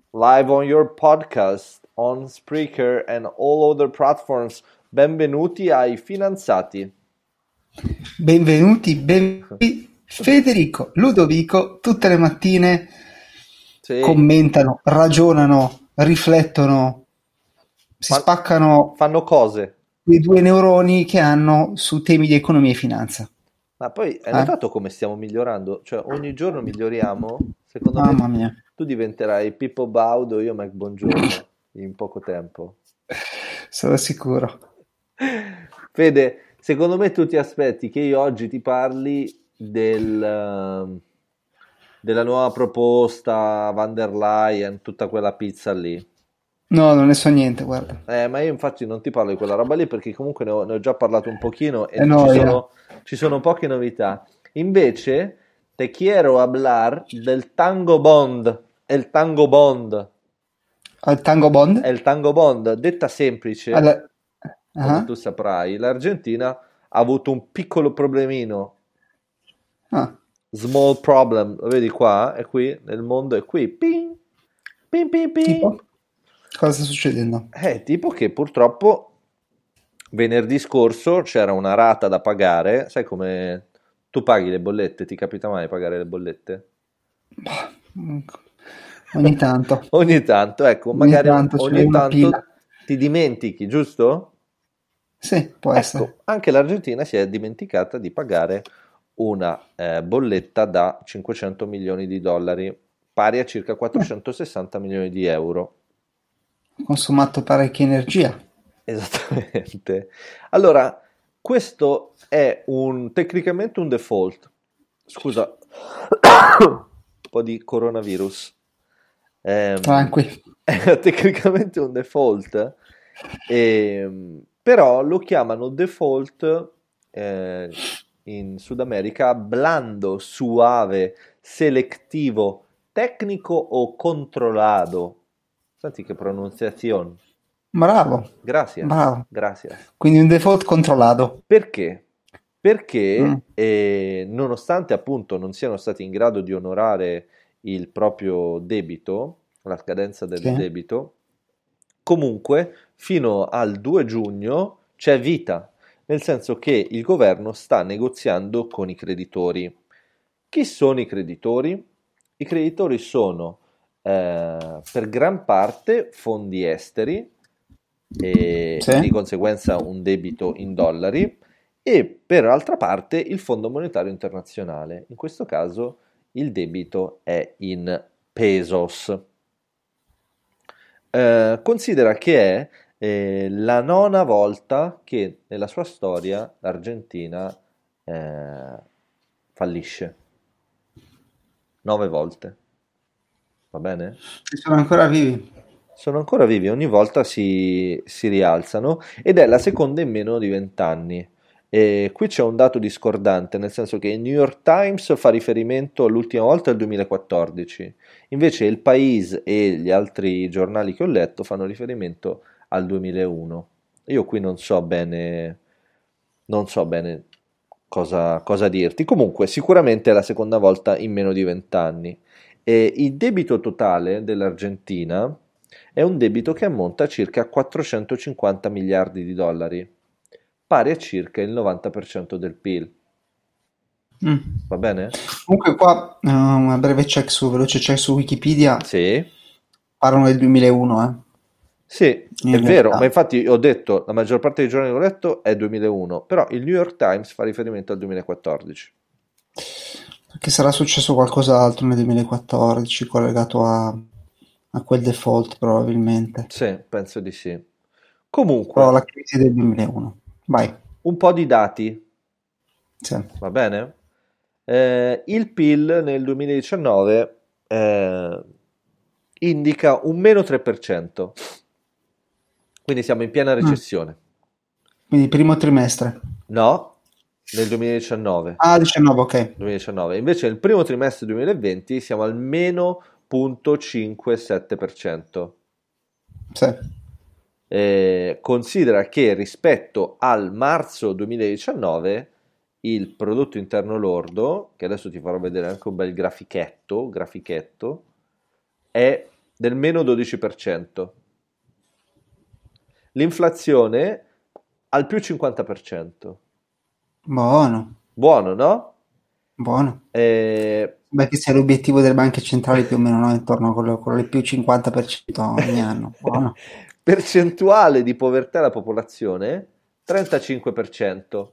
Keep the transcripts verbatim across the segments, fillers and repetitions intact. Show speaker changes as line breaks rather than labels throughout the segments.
live on your podcast, on Spreaker and all other platforms. Benvenuti ai Finanziati.
Benvenuti, benvenuti. Federico, Ludovico, tutte le mattine
Sì.
commentano, ragionano, riflettono, si
Fan-
spaccano
Fanno cose.
i due neuroni che hanno su temi di economia e finanza.
Ma poi hai
Eh?
notato come stiamo migliorando? Cioè ogni giorno miglioriamo? Secondo
Mamma
me
mia.
tu diventerai Pippo Baudo, io Mac Bongiorno in poco tempo.
Sono sicuro.
Fede, secondo me tu ti aspetti che io oggi ti parli del, ehm, della nuova proposta Van der Leyen, tutta quella pizza lì.
No, non ne so niente, guarda.
Eh, ma io infatti non ti parlo di quella roba lì perché comunque ne ho, ne ho già parlato un pochino
È
e ci
noia.
sono, ci sono poche novità. Invece, te quiero hablar del Tango Bond. El Tango Bond.
Al Tango Bond?
È il Tango Bond. Detta semplice,
Al...
come
Ah.
tu saprai, l'Argentina ha avuto un piccolo problemino.
Ah.
Small problem, lo vedi qua? È qui, nel mondo è qui. Ping, ping, ping, ping.
Tipo? Cosa sta succedendo?
È tipo che purtroppo venerdì scorso c'era una rata da pagare, sai come tu paghi le bollette, ti capita mai pagare le bollette?
Bah, ogni tanto.
Ogni tanto, ecco,
Ogni
magari
tanto c'è
ogni
una
tanto
pila.
ti dimentichi, giusto?
Sì, può essere.
Ecco, anche l'Argentina si è dimenticata di pagare una eh, bolletta da cinquecento milioni di dollari, pari a circa quattrocentosessanta milioni di euro.
Consumato parecchia energia.
Esattamente. Allora, questo è un tecnicamente un default. Scusa, un po' di coronavirus. Ehm,
Tranqui.
è tecnicamente un default, ehm, però lo chiamano default eh, in Sud America blando, suave, selettivo, tecnico o controllado. Senti che pronunciazione.
Bravo,
Gracias,
bravo.
gracias.
Quindi un default controllato.
Perché? Perché
Mm.
eh, nonostante appunto non siano stati in grado di onorare il proprio debito, la scadenza del
Sì.
debito, comunque fino al due giugno c'è vita, nel senso che il governo sta negoziando con i creditori. Chi sono i creditori? I creditori sono eh, per gran parte fondi esteri e
Sì.
di conseguenza un debito in dollari e per altra parte il Fondo Monetario Internazionale. In questo caso il debito è in pesos. Eh, considera che è eh, la nona volta che nella sua storia l'Argentina eh, fallisce. Nove volte. Va bene?
Ci sono ancora vivi.
Sono ancora vivi, ogni volta si, si rialzano ed è la seconda in meno di vent'anni. E qui c'è un dato discordante, nel senso che il New York Times fa riferimento all'ultima volta al duemilaquattordici, invece il País e gli altri giornali che ho letto fanno riferimento al duemilauno. Io qui non so bene, non so bene cosa, cosa dirti. Comunque, sicuramente è la seconda volta in meno di vent'anni. E il debito totale dell'Argentina è un debito che ammonta a circa quattrocentocinquanta miliardi di dollari, pari a circa il novanta per cento del P I L.
Mm.
Va bene?
Comunque qua, uh, una breve check su, veloce check su Wikipedia,
Sì,
parlano del duemilauno, eh.
sì,
In
è vero,
realtà.
ma infatti ho detto, la maggior parte dei giorni che ho letto è duemilauno, però il New York Times fa riferimento al duemilaquattordici.
Perché sarà successo qualcos'altro nel duemilaquattordici collegato a, a quel default probabilmente.
Sì, penso di sì.
Però
Comunque,
la crisi del duemilauno. Vai.
un po' di dati,
Sì.
va bene? Eh, il P I L nel duemiladiciannove eh, indica un meno tre per cento, quindi siamo in piena
Mm.
recessione.
Quindi primo trimestre.
No, nel duemiladiciannove.
Ah, diciannove, ok.
duemiladiciannove. Invece nel primo trimestre duemilaventi siamo al meno zero virgola cinquantasette per cento.
Sì.
Eh, considera che rispetto al marzo duemiladiciannove il prodotto interno lordo, che adesso ti farò vedere anche un bel grafichetto, grafichetto è del meno dodici per cento. L'inflazione al più cinquanta per cento.
Buono,
Buono, no?
buono.
Eh,
Beh, che sia l'obiettivo delle banche centrali più o meno, no? Intorno a quello, quello del più cinquanta per cento ogni anno. Buono.
Percentuale di povertà della popolazione trentacinque per cento.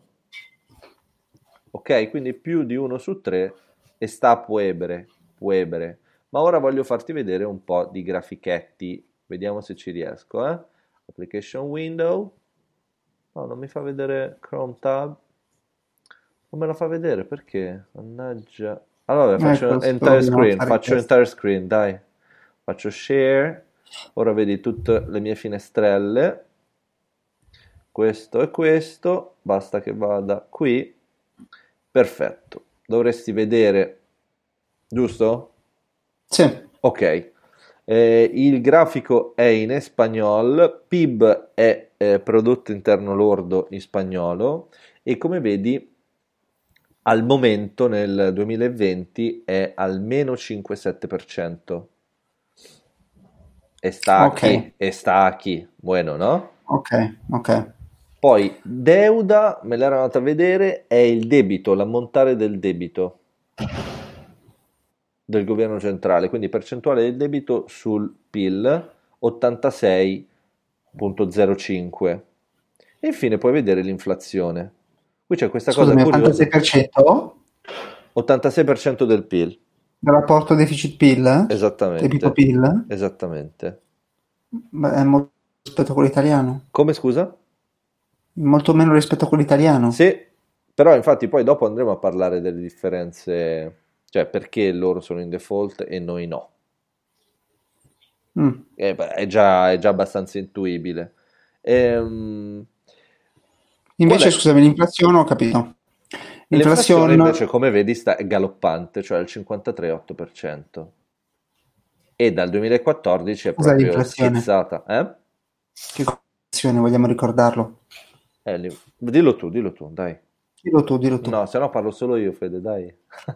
Ok, quindi più di uno su tre e sta a puebere, puebere. Ma ora voglio farti vedere un po' di grafichetti, vediamo se ci riesco, eh? Application window, no, non mi fa vedere Chrome tab, non me la fa vedere perché? Mannaggia. Allora, vabbè, faccio
Ecco,
entire
spero di non
screen,
fare
faccio
questo.
entire screen, dai. Faccio share, ora vedi tutte le mie finestrelle, questo e questo, basta che vada qui, perfetto, dovresti vedere, giusto?
Sì,
Ok, Eh, il grafico è in espagnol, P I B è eh, prodotto interno lordo in spagnolo e come vedi al momento nel duemilaventi è almeno cinque sette per cento. E sta
ok,
chi? E sta chi? Bueno, no?
ok, ok.
Poi deuda, me l'ero andata a vedere, è il debito, l'ammontare del debito del governo centrale, quindi percentuale del debito sul P I L ottantasei virgola zero cinque. E infine puoi vedere l'inflazione. Qui c'è questa cosa
Scusami,
curiosa,
ottantasei per cento
ottantasei per cento del P I L,
del rapporto deficit-P I L?
esattamente,
Debito-P I L?
esattamente.
Beh, è molto rispetto a quello italiano.
Come scusa?
Molto meno rispetto a quello italiano.
Sì, però infatti poi dopo andremo a parlare delle differenze, cioè perché loro sono in default e noi no.
Mm.
Eh, beh, È già, è già abbastanza intuibile. Ehm, qual
Invece,
è?
scusami, l'inflazione ho capito.
L'inflazione invece,
L'inflazione,
come vedi, sta, è galoppante, cioè al cinquantatré virgola otto per cento. E dal duemilaquattordici è
cos'è
proprio
l'inflazione?
schizzata. Eh?
Che cos'è l'inflazione, vogliamo ricordarlo?
Eh, li- dillo tu, dillo tu, dai.
Dillo tu, dillo tu.
No, se no parlo solo io, Fede, dai.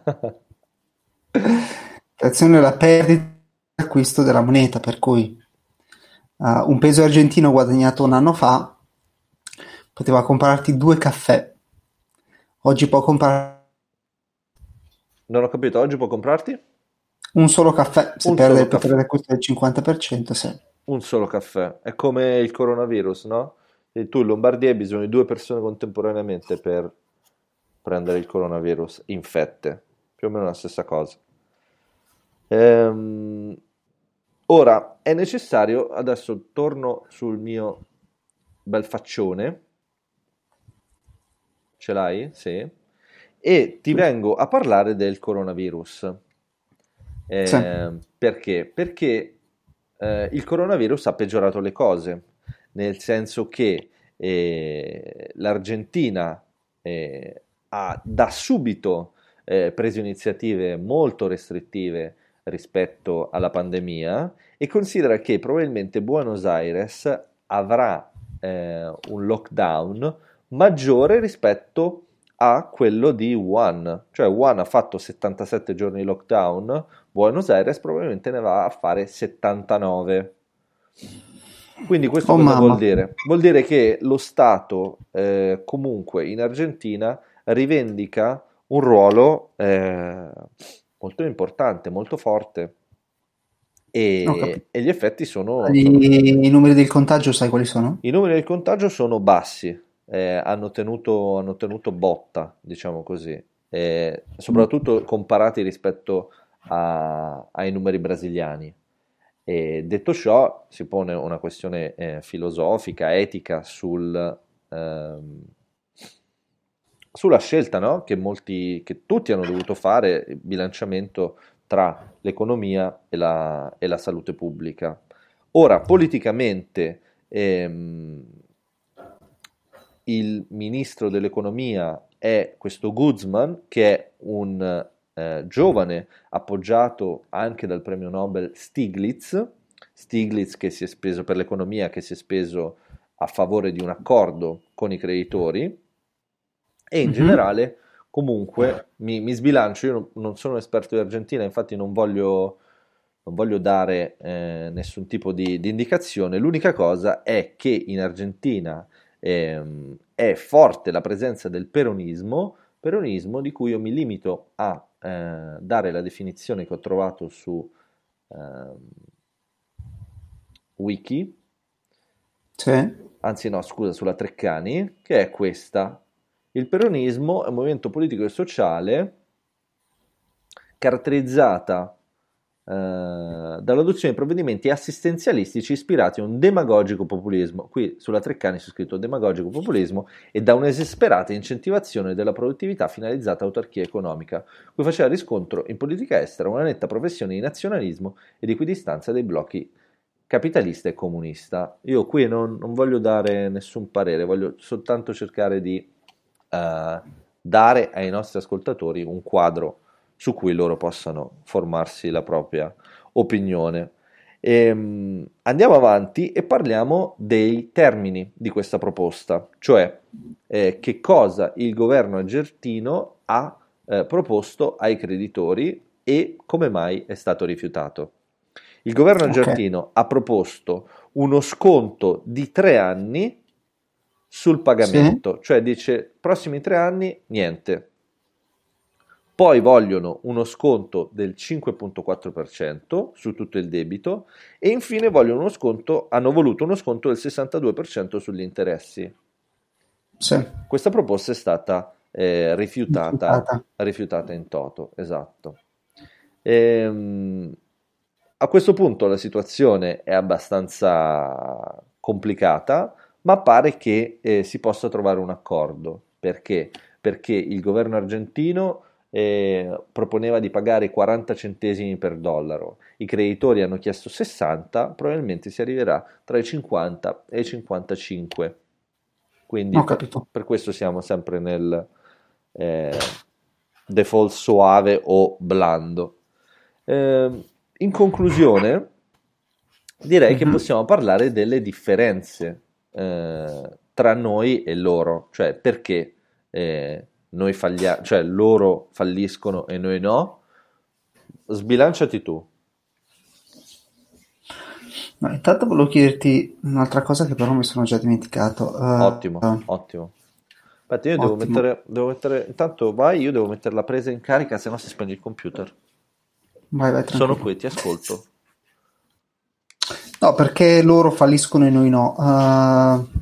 L'inflazione è la perdita di acquisto della moneta, per cui eh, un peso argentino guadagnato un anno fa poteva comprarti due caffè. Oggi può comprare
Non ho capito, oggi può comprarti?
un solo caffè, se
Un
perde
solo
il potere
caffè.
d'acquisto del cinquanta per cento, sì.
Un solo caffè. È come il coronavirus, no? E tu in Lombardia hai bisogno di due persone contemporaneamente per prendere il coronavirus infette. Più o meno la stessa cosa. Ehm, ora è necessario, adesso torno sul mio bel faccione, ce l'hai? Sì. E ti
Sì.
vengo a parlare del coronavirus.
Sì.
Eh, perché? Perché eh, il coronavirus ha peggiorato le cose, nel senso che eh, l'Argentina eh, ha da subito eh, preso iniziative molto restrittive rispetto alla pandemia e considera che probabilmente Buenos Aires avrà eh, un lockdown maggiore rispetto a quello di Wuhan, cioè Wuhan ha fatto settantasette giorni di lockdown, Buenos Aires probabilmente ne va a fare settantanove. Quindi questo
Oh
cosa vuol
mamma.
dire? Vuol dire che lo Stato eh, comunque in Argentina rivendica un ruolo eh, molto importante, molto forte
Ho capito.
e, e gli effetti sono, sono
I, i numeri del contagio sai quali sono?
I numeri del contagio sono bassi, eh, hanno tenuto, hanno tenuto botta, diciamo così, eh,
Mm.
soprattutto comparati rispetto a- ai numeri brasiliani. E detto ciò, si pone una questione eh, filosofica, etica sul, ehm, sulla scelta, no? Che molti, che tutti hanno dovuto fare, il bilanciamento tra l'economia e la, e la salute pubblica. Ora, politicamente, ehm, il ministro dell'economia è questo Guzman, che è un eh, giovane appoggiato anche dal premio Nobel Stiglitz, Stiglitz che si è speso per l'economia, che si è speso a favore di un accordo con i creditori e in
Mhm.
generale comunque mi, mi sbilancio, io non, non sono un esperto di Argentina, infatti non voglio, non voglio dare eh, nessun tipo di, di indicazione, l'unica cosa è che in Argentina ehm, è forte la presenza del peronismo, peronismo di cui io mi limito a eh, dare la definizione che ho trovato su ehm, Wiki,
Sì.
anzi no, scusa, sulla Treccani, che è questa. Il peronismo è un movimento politico e sociale caratterizzata eh, dall'adozione di provvedimenti assistenzialistici ispirati a un demagogico populismo, qui sulla Treccani c'è scritto demagogico populismo, e da un'esasperata incentivazione della produttività finalizzata a autarchia economica, cui faceva riscontro in politica estera una netta professione di nazionalismo e di equidistanza dei blocchi capitalista e comunista. Io qui non, non voglio dare nessun parere, voglio soltanto cercare di eh, dare ai nostri ascoltatori un quadro su cui loro possano formarsi la propria opinione. Ehm, andiamo avanti e parliamo dei termini di questa proposta, cioè eh, che cosa il governo argentino ha eh, proposto ai creditori e come mai è stato rifiutato. Il governo
Ok.
argentino ha proposto uno sconto di tre anni sul pagamento,
Sì.
cioè dice prossimi tre anni niente. Poi vogliono uno sconto del cinque virgola quattro per cento su tutto il debito e infine vogliono uno sconto, hanno voluto uno sconto del sessantadue per cento sugli interessi.
Sì.
Questa proposta è stata eh, rifiutata,
Rifiutata.
rifiutata in toto, esatto. Ehm, a questo punto la situazione è abbastanza complicata, ma pare che eh, si possa trovare un accordo. Perché? Perché il governo argentino eh, proponeva di pagare quaranta centesimi per dollaro, i creditori hanno chiesto sessanta, probabilmente si arriverà tra i cinquanta e i cinquantacinque. Quindi
Ho
per,
capito.
per questo siamo sempre nel eh, default soave o blando. Eh, in conclusione, direi che
Mhm.
possiamo parlare delle differenze eh, tra noi e loro, cioè perché eh, noi falliamo, cioè loro falliscono e noi no. Sbilanciati tu.
No, intanto volevo chiederti un'altra cosa che però mi sono già dimenticato.
Ottimo,
Eh,
ottimo. Aspetta, io devo
ottimo.
mettere, devo mettere, intanto vai, io devo mettere la presa in carica, se no si spegne il computer.
Vai, vai,
Sono
tranquillo.
qui, ti ascolto.
No, perché loro falliscono e noi no. Eh,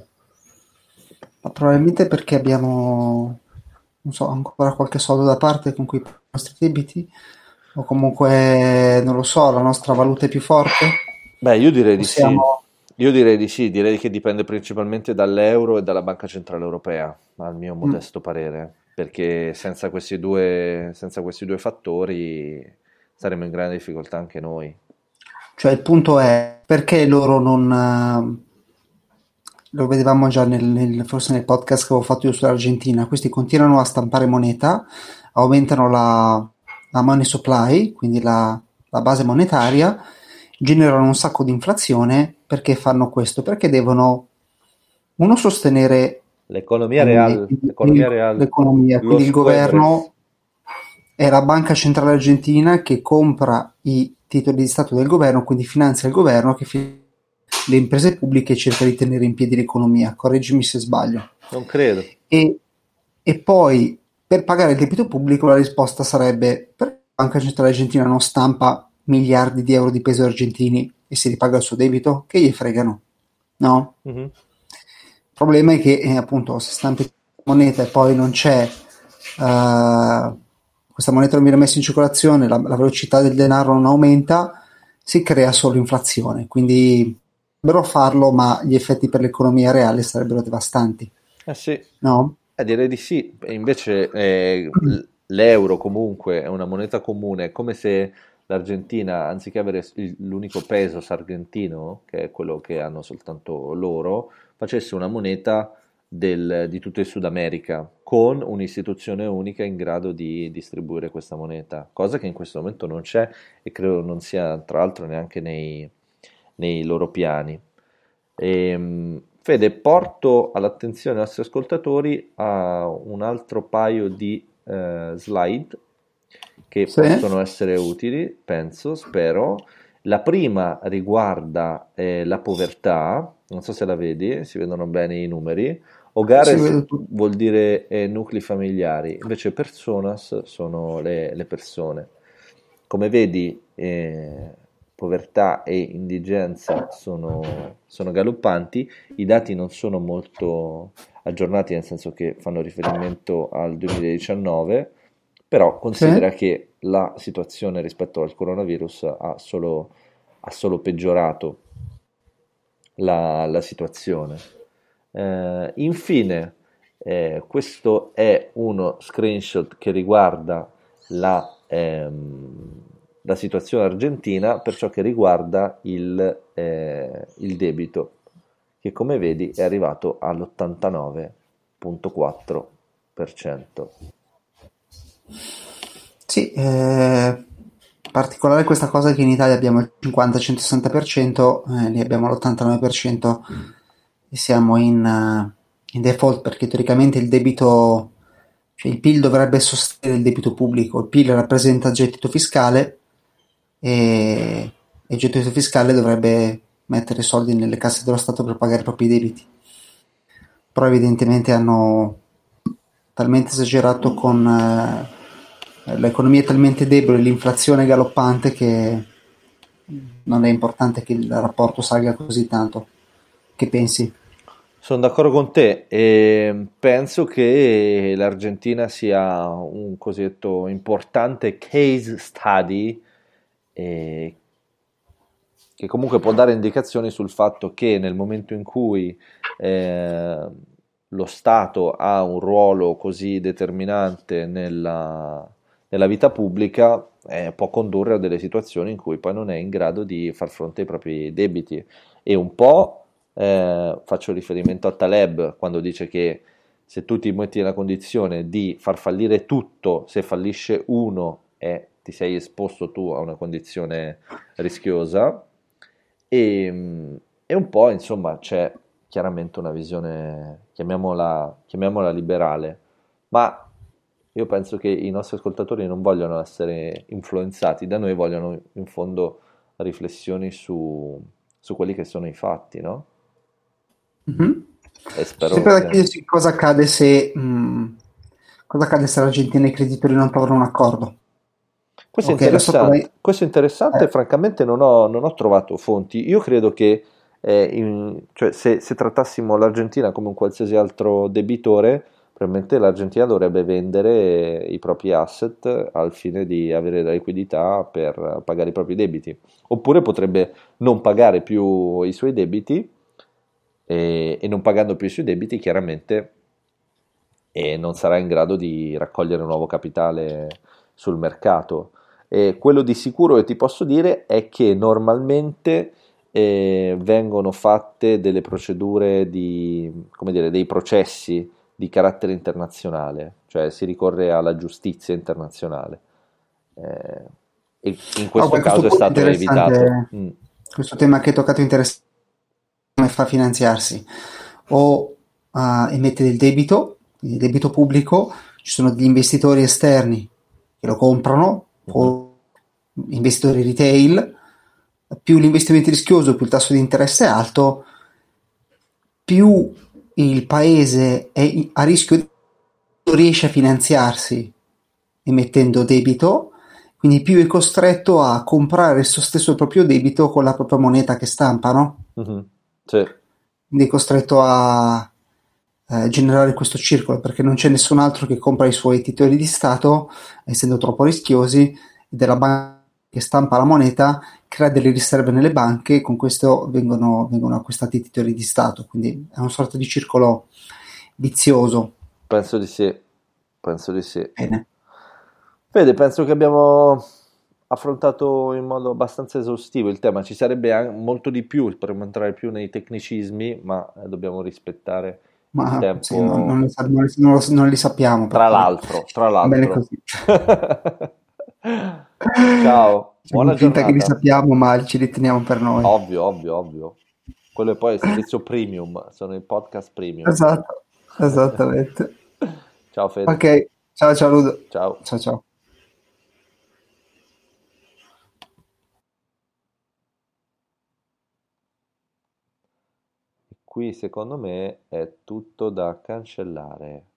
ma probabilmente perché abbiamo, non so, ancora qualche soldo da parte con cui pagare i nostri debiti, o comunque, non lo so, la nostra valuta è più forte.
Beh, io direi di sì.
Possiamo.
Io direi di sì, direi che dipende principalmente dall'euro e dalla Banca Centrale Europea, al mio
Mm.
modesto parere, perché senza questi due, senza questi due fattori saremmo in grande difficoltà anche noi.
Cioè, il punto è perché loro non. eh, Lo vedevamo già nel, nel- forse nel podcast che avevo fatto io sull'Argentina. Questi continuano a stampare moneta, aumentano la, la money supply, quindi la, la base monetaria, generano un sacco di inflazione. Perché fanno questo? Perché devono, uno, sostenere
L'economia
eh,
reale,
il-
l'economia
il-
reale,
l'economia, quindi
los
il
quiebres.
governo è la Banca Centrale Argentina che compra i titoli di Stato del governo, quindi finanzia il governo che finanzia le imprese pubbliche e cerca di tenere in piedi l'economia. Correggimi se sbaglio.
Non credo.
E, e poi per pagare il debito pubblico la risposta sarebbe: perché la Banca Centrale Argentina non stampa miliardi di euro di peso argentini e si ripaga il suo debito? Che gli fregano, no?
Mhm.
Il problema è che eh, appunto se stampi moneta e poi non c'è eh, questa moneta non viene messa in circolazione, la, la velocità del denaro non aumenta, si crea solo inflazione. Quindi dovrebbero farlo, ma gli effetti per l'economia reale sarebbero devastanti,
Eh sì,
no?
eh, direi di sì. E invece eh, l- l'euro comunque è una moneta comune, è come se l'Argentina, anziché avere s- il- l'unico peso sargentino, che è quello che hanno soltanto loro, facesse una moneta del- di tutto il Sud America, con un'istituzione unica in grado di distribuire questa moneta, cosa che in questo momento non c'è e credo non sia tra l'altro neanche nei, nei loro piani. Ehm, Fede, porto all'attenzione dei nostri ascoltatori a un altro paio di eh, slide che
Sì,
possono essere utili, penso, spero. La prima riguarda eh, la povertà, non so se la vedi, si vedono bene i numeri.
sì,
Hogares
vedo tutto.
vuol dire eh, nuclei familiari, invece personas sono le, le persone. Come vedi, eh, povertà e indigenza sono, sono galoppanti, i dati non sono molto aggiornati, nel senso che fanno riferimento al duemiladiciannove, però
Sì,
considera che la situazione rispetto al coronavirus ha solo, ha solo peggiorato la, la situazione. Eh, infine, eh, questo è uno screenshot che riguarda la, ehm, la situazione argentina per ciò che riguarda il, eh, il debito, che come vedi è arrivato all'ottantanove virgola quattro per cento.
sì, eh, particolare questa cosa che in Italia abbiamo il cinquanta-centosessanta per cento, eh, lì abbiamo l'ottantanove per cento e siamo in, eh, in default perché teoricamente il debito, cioè il P I L dovrebbe sostenere il debito pubblico, il P I L rappresenta gettito fiscale e, e il gettito fiscale dovrebbe mettere soldi nelle casse dello Stato per pagare i propri debiti. Però evidentemente hanno talmente esagerato con eh, l'economia è talmente debole, l'inflazione è galoppante che non è importante che il rapporto salga così tanto. Che pensi?
Sono d'accordo con te e penso che l'Argentina sia un cosiddetto importante case study eh, che comunque può dare indicazioni sul fatto che nel momento in cui eh, lo Stato ha un ruolo così determinante nella, nella vita pubblica, eh, può condurre a delle situazioni in cui poi non è in grado di far fronte ai propri debiti. E un po' eh, faccio riferimento a Taleb quando dice che se tu ti metti nella condizione di far fallire tutto, se fallisce uno, eh, ti sei esposto tu a una condizione rischiosa. E, e un po', insomma, c'è chiaramente una visione, chiamiamola, chiamiamola liberale, ma io penso che i nostri ascoltatori non vogliono essere influenzati da noi, vogliono in fondo riflessioni su, su quelli che sono i fatti, no?
Mhm.
E
C'è
spero
sempre da
che...
chiedersi cosa accade se, mh, cosa accade se l'Argentina e i creditori non trovano un accordo.
Questo è
Ok, lo so come...
interessante, questo è interessante,
eh,
francamente non ho, non ho trovato fonti. Io credo che eh, in- cioè, se, se trattassimo l'Argentina come un qualsiasi altro debitore, probabilmente l'Argentina dovrebbe vendere i propri asset al fine di avere la liquidità per pagare i propri debiti. Oppure potrebbe non pagare più i suoi debiti e, e non pagando più i suoi debiti, chiaramente e non sarà in grado di raccogliere nuovo capitale sul mercato. E quello di sicuro che ti posso dire è che normalmente eh, vengono fatte delle procedure di, come dire, dei processi di carattere internazionale, cioè si ricorre alla giustizia internazionale. Eh, e in
oh,
questo
beh, questo
caso è
punto è
stato evitato.
interessante,
Mm.
questo tema che hai toccato è interessante, come fa a finanziarsi. O uh, emette del debito, quindi debito pubblico, ci sono degli investitori esterni che lo comprano,
Mhm.
o investitori retail, più l'investimento è rischioso, più il tasso di interesse è alto, più il paese è a rischio riesce a finanziarsi emettendo debito, quindi più è costretto a comprare esso stesso il proprio debito con la propria moneta che stampa, no?
Mhm. Sì.
Quindi è costretto a eh, generare questo circolo perché non c'è nessun altro che compra i suoi titoli di Stato, essendo troppo rischiosi, ed è la banca che stampa la moneta, crea delle riserve nelle banche e con questo vengono, vengono acquistati i titoli di Stato. Quindi è una sorta di circolo vizioso.
Penso di sì, penso di sì.
Bene.
Fede, penso che abbiamo affrontato in modo abbastanza esaustivo il tema, ci sarebbe an- molto di più per entrare più nei tecnicismi, ma eh, dobbiamo rispettare il
Ma sì, non, non
tempo.
li, sa- non li- non lo- non li sappiamo, per
Tra
cui
l'altro, tra
va bene
l'altro.
così.
Ciao,
Facciamo
buona
finta che li
giornata.
sappiamo, ma ci li teniamo per noi.
Ovvio, ovvio, ovvio. Quello è poi il servizio premium, sono i podcast premium.
Esatto, esattamente.
Ciao Fede,
Ok, ciao ciao Ludo.
ciao.
Ciao ciao.
Qui secondo me è tutto da cancellare.